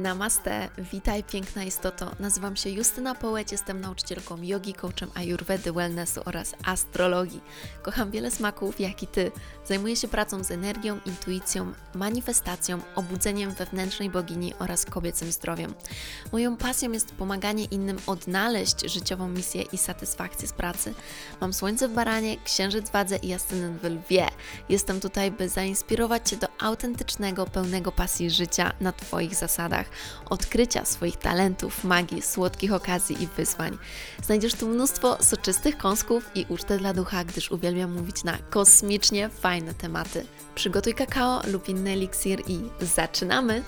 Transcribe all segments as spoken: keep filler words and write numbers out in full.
Namaste, witaj piękna istoto. Nazywam się Justyna Połeć, jestem nauczycielką jogi, coachem ayurvedy, wellnessu oraz astrologii. Kocham wiele smaków, jak i Ty. Zajmuję się pracą z energią, intuicją, manifestacją, obudzeniem wewnętrznej bogini oraz kobiecym zdrowiem. Moją pasją jest pomaganie innym odnaleźć życiową misję i satysfakcję z pracy. Mam słońce w baranie, księżyc w wadze i ascendent w lwie. Jestem tutaj, by zainspirować Cię do autentycznego, pełnego pasji życia na Twoich zasadach, odkrycia swoich talentów, magii, słodkich okazji i wyzwań. Znajdziesz tu mnóstwo soczystych kąsków i ucztę dla ducha, gdyż uwielbiam mówić na kosmicznie fajne tematy. Przygotuj kakao lub inny eliksir i zaczynamy!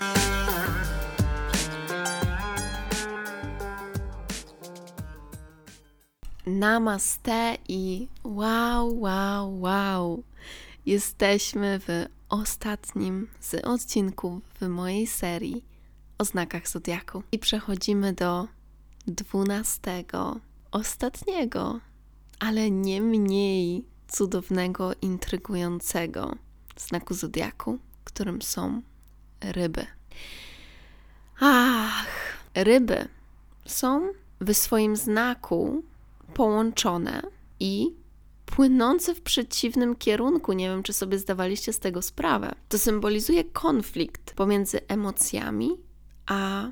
Namaste i wow, wow, wow! Jesteśmy w ostatnim z odcinków w mojej serii o znakach zodiaku. I przechodzimy do dwunastego, ostatniego, ale nie mniej cudownego, intrygującego znaku zodiaku, którym są ryby. Ach, ryby są w swoim znaku połączone i płynące w przeciwnym kierunku. Nie wiem, czy sobie zdawaliście z tego sprawę. To symbolizuje konflikt pomiędzy emocjami a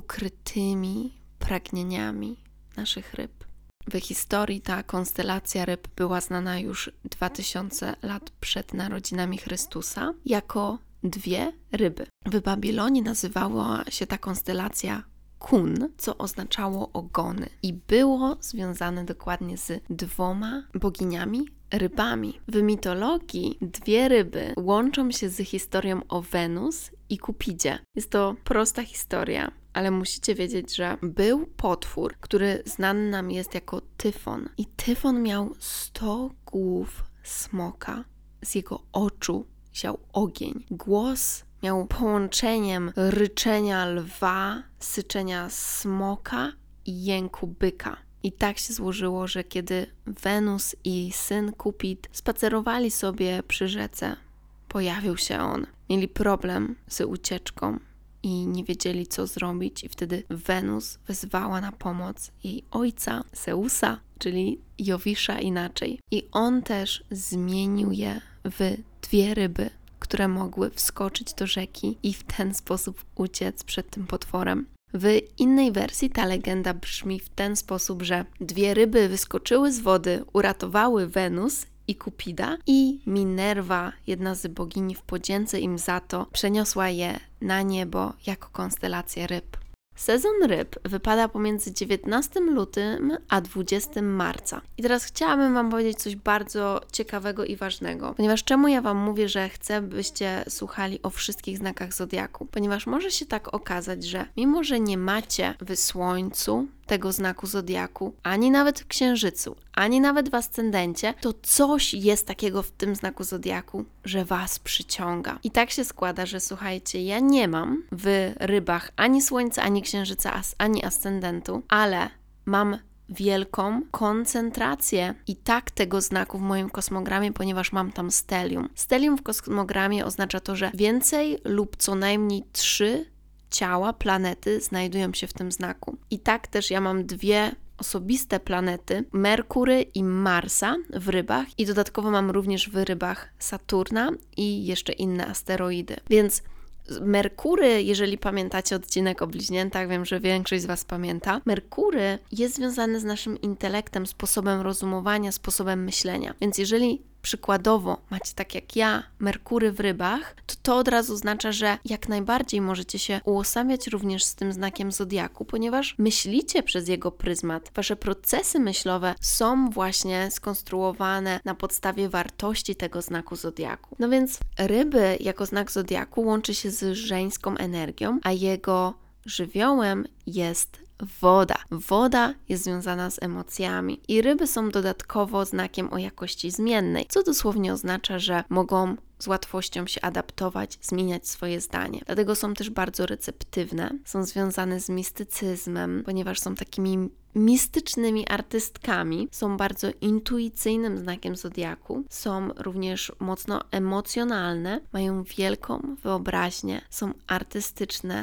ukrytymi pragnieniami naszych ryb. W historii ta konstelacja ryb była znana już dwa tysiące lat przed narodzinami Chrystusa jako dwie ryby. W Babilonie nazywała się ta konstelacja Kun, co oznaczało ogony i było związane dokładnie z dwoma boginiami rybami. W mitologii dwie ryby łączą się z historią o Wenus i Kupidzie. Jest to prosta historia, ale musicie wiedzieć, że był potwór, który znany nam jest jako Tyfon. I Tyfon miał sto głów smoka. Z jego oczu siał ogień. Głos miał połączeniem ryczenia lwa, syczenia smoka i jęku byka. I tak się złożyło, że kiedy Wenus i syn Kupid spacerowali sobie przy rzece, pojawił się on. Mieli problem z ucieczką i nie wiedzieli, co zrobić. I wtedy Wenus wezwała na pomoc jej ojca, Zeusa, czyli Jowisza inaczej. I on też zmienił je w dwie ryby, które mogły wskoczyć do rzeki i w ten sposób uciec przed tym potworem. W innej wersji ta legenda brzmi w ten sposób, że dwie ryby wyskoczyły z wody, uratowały Wenus i Kupida i Minerva, jedna z bogini w podzięce im za to, przeniosła je na niebo jako konstelację ryb. Sezon ryb wypada pomiędzy dziewiętnastego lutego a dwudziestego marca. I teraz chciałabym Wam powiedzieć coś bardzo ciekawego i ważnego. Ponieważ czemu ja Wam mówię, że chcę, byście słuchali o wszystkich znakach zodiaku? Ponieważ może się tak okazać, że mimo, że nie macie w Słońcu tego znaku zodiaku, ani nawet w Księżycu, ani nawet w ascendencie, to coś jest takiego w tym znaku zodiaku, że Was przyciąga. I tak się składa, że słuchajcie, ja nie mam w rybach ani Słońca, ani Księżyca, ani ascendentu, ale mam wielką koncentrację i tak tego znaku w moim kosmogramie, ponieważ mam tam stelium. Stelium w kosmogramie oznacza to, że więcej lub co najmniej trzy ciała, planety znajdują się w tym znaku. I tak też ja mam dwie osobiste planety, Merkury i Marsa w rybach i dodatkowo mam również w rybach Saturna i jeszcze inne asteroidy. Więc Merkury, jeżeli pamiętacie odcinek o bliźniętach, wiem, że większość z Was pamięta, Merkury jest związany z naszym intelektem, sposobem rozumowania, sposobem myślenia. Więc jeżeli przykładowo macie tak jak ja Merkury w rybach, to to od razu oznacza, że jak najbardziej możecie się uosabiać również z tym znakiem zodiaku, ponieważ myślicie przez jego pryzmat. Wasze procesy myślowe są właśnie skonstruowane na podstawie wartości tego znaku zodiaku. No więc ryby jako znak zodiaku łączy się z żeńską energią, a jego żywiołem jest woda. Woda jest związana z emocjami i ryby są dodatkowo znakiem o jakości zmiennej, co dosłownie oznacza, że mogą z łatwością się adaptować, zmieniać swoje zdanie. Dlatego są też bardzo receptywne, są związane z mistycyzmem, ponieważ są takimi mistycznymi artystkami, są bardzo intuicyjnym znakiem zodiaku, są również mocno emocjonalne, mają wielką wyobraźnię, są artystyczne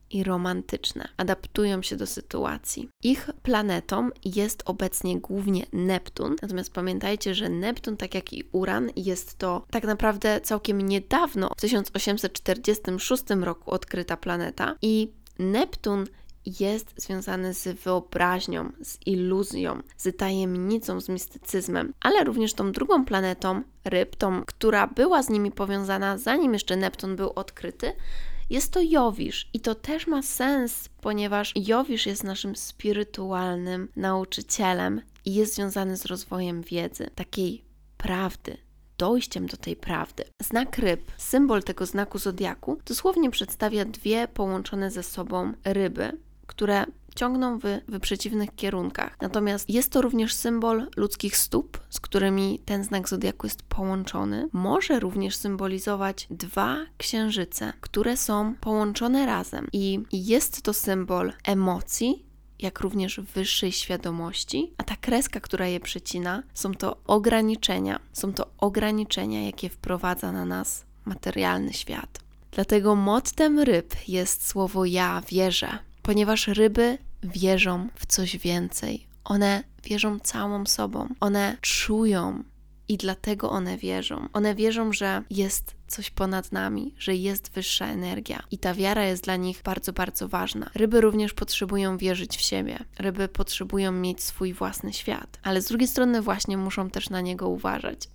i romantyczne. Adaptują się do sytuacji. Ich planetą jest obecnie głównie Neptun, natomiast pamiętajcie, że Neptun, tak jak i Uran, jest to tak naprawdę całkiem niedawno, w tysiąc osiemset czterdziestym szóstym roku odkryta planeta i Neptun jest związany z wyobraźnią, z iluzją, z tajemnicą, z mistycyzmem, ale również tą drugą planetą, Ryb, tą, która była z nimi powiązana, zanim jeszcze Neptun był odkryty, jest to Jowisz i to też ma sens, ponieważ Jowisz jest naszym spirytualnym nauczycielem i jest związany z rozwojem wiedzy, takiej prawdy, dojściem do tej prawdy. Znak ryb, symbol tego znaku zodiaku, dosłownie przedstawia dwie połączone ze sobą ryby, które ciągną w, w przeciwnych kierunkach. Natomiast jest to również symbol ludzkich stóp, z którymi ten znak zodiaku jest połączony. Może również symbolizować dwa księżyce, które są połączone razem i jest to symbol emocji, jak również wyższej świadomości, a ta kreska, która je przecina, są to ograniczenia. Są to ograniczenia, jakie wprowadza na nas materialny świat. Dlatego mottem ryb jest słowo ja wierzę, ponieważ ryby wierzą w coś więcej. One wierzą całą sobą. One czują i dlatego one wierzą. One wierzą, że jest coś ponad nami, że jest wyższa energia i ta wiara jest dla nich bardzo, bardzo ważna. Ryby również potrzebują wierzyć w siebie. Ryby potrzebują mieć swój własny świat, ale z drugiej strony właśnie muszą też na niego uważać.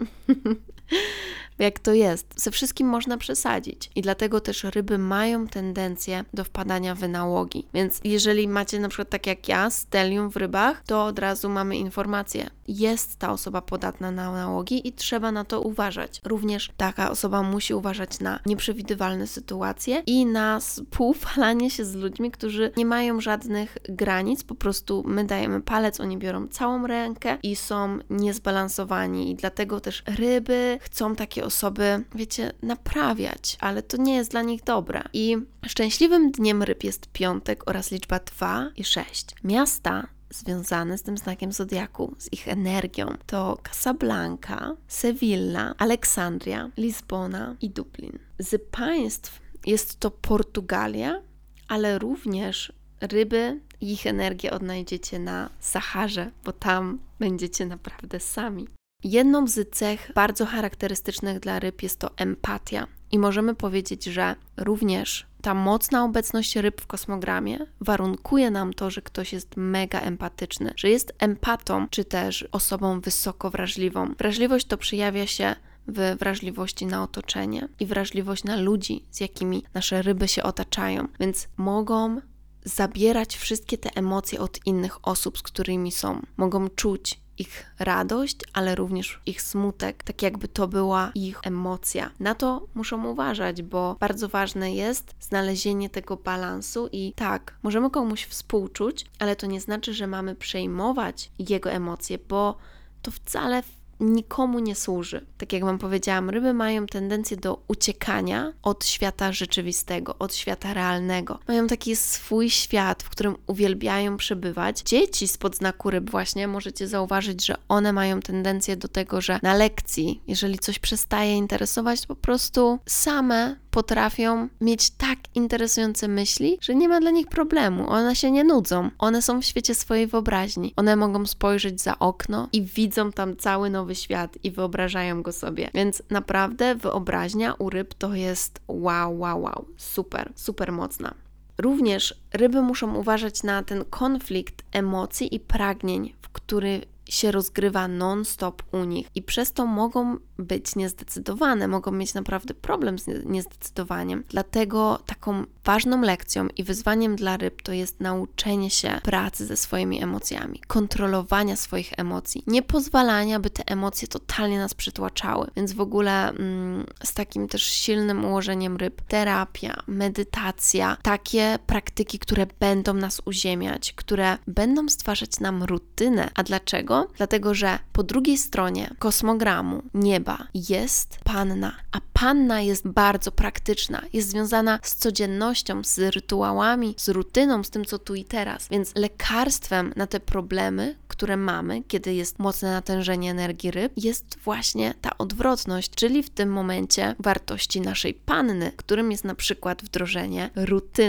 Jak to jest? Ze wszystkim można przesadzić i dlatego też ryby mają tendencję do wpadania w nałogi. Więc jeżeli macie na przykład tak jak ja, stelium w rybach, to od razu mamy informację. Jest ta osoba podatna na nałogi i trzeba na to uważać. Również taka osoba musi uważać na nieprzewidywalne sytuacje i na współwalanie się z ludźmi, którzy nie mają żadnych granic, po prostu my dajemy palec, oni biorą całą rękę i są niezbalansowani i dlatego też ryby chcą takie osoby, wiecie, naprawiać, ale to nie jest dla nich dobre. I szczęśliwym dniem ryb jest piątek oraz liczba dwa i sześć. Miasta związane z tym znakiem zodiaku, z ich energią, to Casablanca, Sewilla, Aleksandria, Lizbona i Dublin. Z państw jest to Portugalia, ale również ryby i ich energię odnajdziecie na Saharze, bo tam będziecie naprawdę sami. Jedną z cech bardzo charakterystycznych dla ryb jest to empatia i możemy powiedzieć, że również ta mocna obecność ryb w kosmogramie warunkuje nam to, że ktoś jest mega empatyczny, że jest empatą, czy też osobą wysoko wrażliwą. Wrażliwość to przejawia się w wrażliwości na otoczenie i wrażliwość na ludzi, z jakimi nasze ryby się otaczają, więc mogą zabierać wszystkie te emocje od innych osób, z którymi są. Mogą czuć ich radość, ale również ich smutek, tak jakby to była ich emocja. Na to muszą uważać, bo bardzo ważne jest znalezienie tego balansu i tak, możemy komuś współczuć, ale to nie znaczy, że mamy przejmować jego emocje, bo to wcale nikomu nie służy. Tak jak wam powiedziałam, ryby mają tendencję do uciekania od świata rzeczywistego, od świata realnego. Mają taki swój świat, w którym uwielbiają przebywać. Dzieci spod znaku ryb właśnie możecie zauważyć, że one mają tendencję do tego, że na lekcji, jeżeli coś przestaje interesować, to po prostu same potrafią mieć tak interesujące myśli, że nie ma dla nich problemu. One się nie nudzą. One są w świecie swojej wyobraźni. One mogą spojrzeć za okno i widzą tam cały nowy świat i wyobrażają go sobie. Więc naprawdę wyobraźnia u ryb to jest wow, wow, wow. Super, super mocna. Również ryby muszą uważać na ten konflikt emocji i pragnień, w który się rozgrywa non-stop u nich i przez to mogą być niezdecydowane, mogą mieć naprawdę problem z niezdecydowaniem. Dlatego taką ważną lekcją i wyzwaniem dla ryb to jest nauczenie się pracy ze swoimi emocjami, kontrolowania swoich emocji, nie pozwalania, by te emocje totalnie nas przytłaczały. Więc w ogóle mm, z takim też silnym ułożeniem ryb, terapia, medytacja, takie praktyki, które będą nas uziemiać, które będą stwarzać nam rutynę. A dlaczego? Dlatego, że po drugiej stronie kosmogramu, nieba jest panna, a panna jest bardzo praktyczna, jest związana z codziennością, z rytuałami, z rutyną, z tym, co tu i teraz. Więc lekarstwem na te problemy, które mamy, kiedy jest mocne natężenie energii ryb, jest właśnie ta odwrotność, czyli w tym momencie wartości naszej panny, którym jest na przykład wdrożenie rutyny.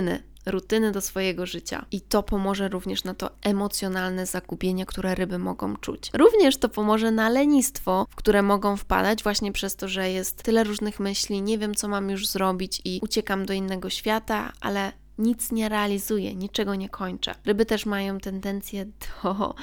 rutyny do swojego życia. I to pomoże również na to emocjonalne zagubienie, które ryby mogą czuć. Również to pomoże na lenistwo, w które mogą wpadać właśnie przez to, że jest tyle różnych myśli, nie wiem co mam już zrobić i uciekam do innego świata, ale nic nie realizuję, niczego nie kończę. Ryby też mają tendencję do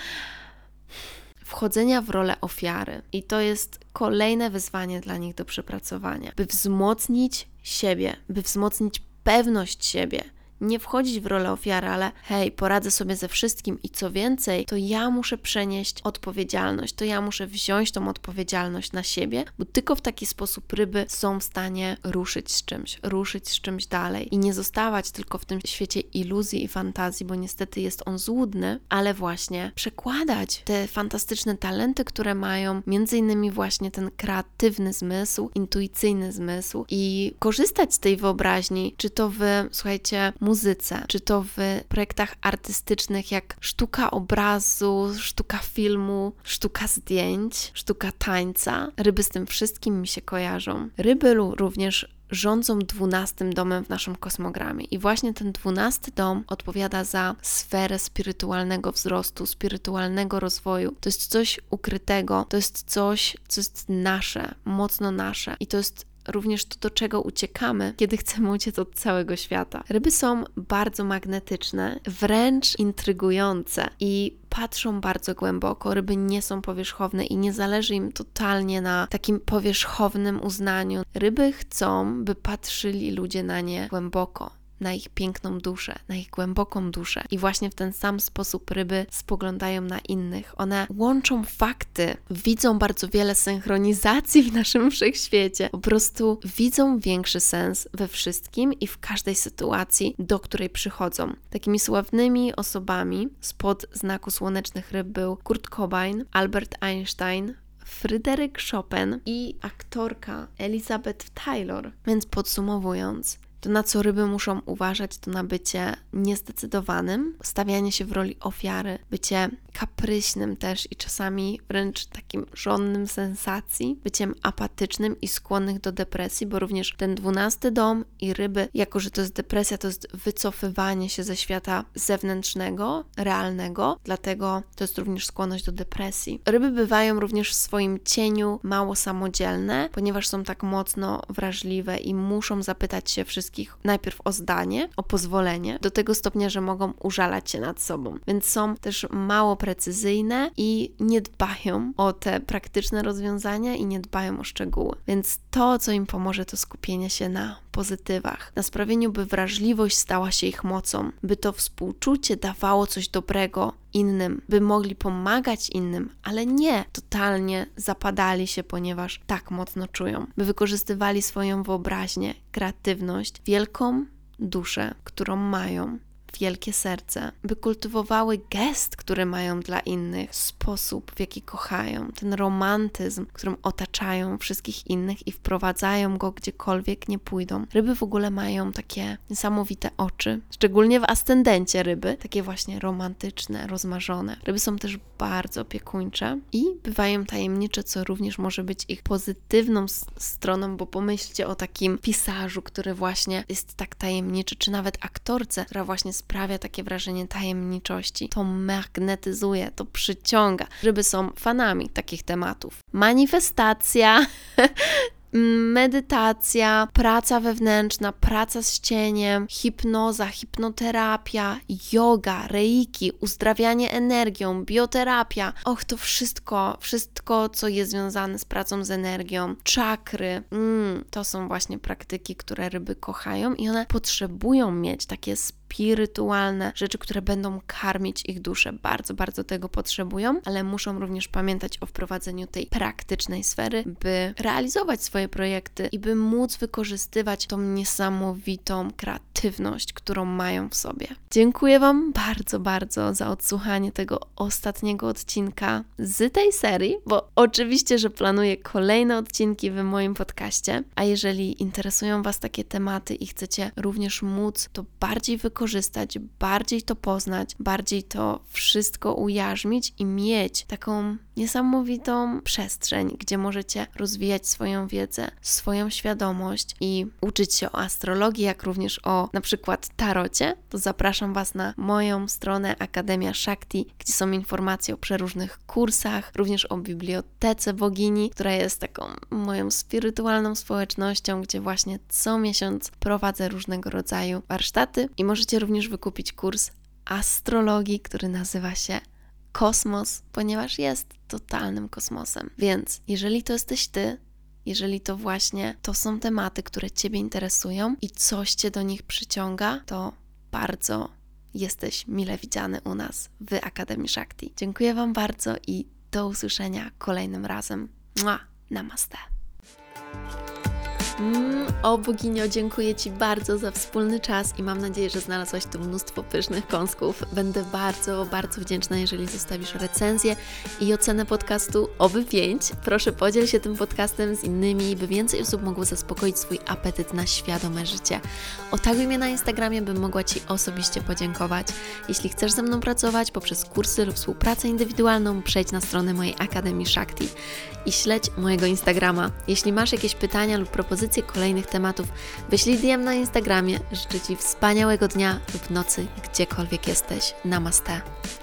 wchodzenia w rolę ofiary i to jest kolejne wyzwanie dla nich do przepracowania, by wzmocnić siebie, by wzmocnić pewność siebie. Nie wchodzić w rolę ofiary, ale hej, poradzę sobie ze wszystkim i co więcej, to ja muszę przenieść odpowiedzialność, to ja muszę wziąć tą odpowiedzialność na siebie, bo tylko w taki sposób ryby są w stanie ruszyć z czymś, ruszyć z czymś dalej i nie zostawać tylko w tym świecie iluzji i fantazji, bo niestety jest on złudny, ale właśnie przekładać te fantastyczne talenty, które mają, między innymi właśnie ten kreatywny zmysł, intuicyjny zmysł i korzystać z tej wyobraźni, czy to w, słuchajcie, muzyce, czy to w projektach artystycznych jak sztuka obrazu, sztuka filmu, sztuka zdjęć, sztuka tańca. Ryby z tym wszystkim mi się kojarzą. Ryby również rządzą dwunastym domem w naszym kosmogramie i właśnie ten dwunasty dom odpowiada za sferę spirytualnego wzrostu, spirytualnego rozwoju. To jest coś ukrytego, to jest coś, co jest nasze, mocno nasze i to jest również to, do czego uciekamy, kiedy chcemy uciec od całego świata. Ryby są bardzo magnetyczne, wręcz intrygujące i patrzą bardzo głęboko. Ryby nie są powierzchowne i nie zależy im totalnie na takim powierzchownym uznaniu. Ryby chcą, by patrzyli ludzie na nie głęboko, na ich piękną duszę, na ich głęboką duszę. I właśnie w ten sam sposób ryby spoglądają na innych. One łączą fakty, widzą bardzo wiele synchronizacji w naszym wszechświecie. Po prostu widzą większy sens we wszystkim i w każdej sytuacji, do której przychodzą. Takimi sławnymi osobami spod znaku słonecznych ryb był Kurt Cobain, Albert Einstein, Fryderyk Chopin i aktorka Elizabeth Taylor. Więc podsumowując, to, na co ryby muszą uważać, to na bycie niezdecydowanym, stawianie się w roli ofiary, bycie kapryśnym też i czasami wręcz takim żonnym sensacji, byciem apatycznym i skłonnych do depresji, bo również ten dwunasty dom i ryby, jako że to jest depresja, to jest wycofywanie się ze świata zewnętrznego, realnego, dlatego to jest również skłonność do depresji. Ryby bywają również w swoim cieniu mało samodzielne, ponieważ są tak mocno wrażliwe i muszą zapytać się wszystkich najpierw o zdanie, o pozwolenie, do tego stopnia, że mogą użalać się nad sobą. Więc są też mało precyzyjne i nie dbają o te praktyczne rozwiązania i nie dbają o szczegóły. Więc to, co im pomoże, to skupienie się na pozytywach, na sprawieniu, by wrażliwość stała się ich mocą, by to współczucie dawało coś dobrego innym, by mogli pomagać innym, ale nie totalnie zapadali się, ponieważ tak mocno czują, by wykorzystywali swoją wyobraźnię, kreatywność, wielką duszę, którą mają, wielkie serce, by kultywowały gest, który mają dla innych, sposób, w jaki kochają, ten romantyzm, którym otaczają wszystkich innych i wprowadzają go gdziekolwiek nie pójdą. Ryby w ogóle mają takie niesamowite oczy, szczególnie w ascendencie ryby, takie właśnie romantyczne, rozmarzone. Ryby są też bardzo opiekuńcze i bywają tajemnicze, co również może być ich pozytywną s- stroną, bo pomyślcie o takim pisarzu, który właśnie jest tak tajemniczy, czy nawet aktorce, która właśnie sprawia takie wrażenie tajemniczości. To magnetyzuje, to przyciąga. Ryby są fanami takich tematów. Manifestacja, medytacja, praca wewnętrzna, praca z cieniem, hipnoza, hipnoterapia, yoga, reiki, uzdrawianie energią, bioterapia. Och, to wszystko, wszystko, co jest związane z pracą z energią, czakry, mm, to są właśnie praktyki, które ryby kochają i one potrzebują mieć takie spirytualne rzeczy, które będą karmić ich duszę. Bardzo, bardzo tego potrzebują, ale muszą również pamiętać o wprowadzeniu tej praktycznej sfery, by realizować swoje projekty i by móc wykorzystywać tą niesamowitą kreatywność, którą mają w sobie. Dziękuję Wam bardzo, bardzo za odsłuchanie tego ostatniego odcinka z tej serii, bo oczywiście, że planuję kolejne odcinki w moim podcaście, a jeżeli interesują Was takie tematy i chcecie również móc to bardziej wykorzystać, wykorzystać, bardziej to poznać, bardziej to wszystko ujarzmić i mieć taką niesamowitą przestrzeń, gdzie możecie rozwijać swoją wiedzę, swoją świadomość i uczyć się o astrologii, jak również o na przykład tarocie, to zapraszam Was na moją stronę Akademia Shakti, gdzie są informacje o przeróżnych kursach, również o bibliotece bogini, która jest taką moją spirytualną społecznością, gdzie właśnie co miesiąc prowadzę różnego rodzaju warsztaty i możecie również wykupić kurs astrologii, który nazywa się Kosmos, ponieważ jest totalnym kosmosem. Więc jeżeli to jesteś Ty, jeżeli to właśnie to są tematy, które Ciebie interesują i coś Cię do nich przyciąga, to bardzo jesteś mile widziany u nas w Akademii Shakti. Dziękuję Wam bardzo i do usłyszenia kolejnym razem. Mua! Namaste. Mm, o boginio, dziękuję Ci bardzo za wspólny czas i mam nadzieję, że znalazłaś tu mnóstwo pysznych kąsków. Będę bardzo, bardzo wdzięczna, jeżeli zostawisz recenzję i ocenę podcastu, oby pięć. Proszę, podziel się tym podcastem z innymi, by więcej osób mogło zaspokoić swój apetyt na świadome życie. Otaguj mnie na Instagramie, bym mogła Ci osobiście podziękować. Jeśli chcesz ze mną pracować poprzez kursy lub współpracę indywidualną, przejdź na stronę mojej Akademii Shakti i śledź mojego Instagrama. Jeśli masz jakieś pytania lub propozycje kolejnych tematów, wyślij D M na Instagramie. Życzę Ci wspaniałego dnia lub nocy, gdziekolwiek jesteś. Namaste.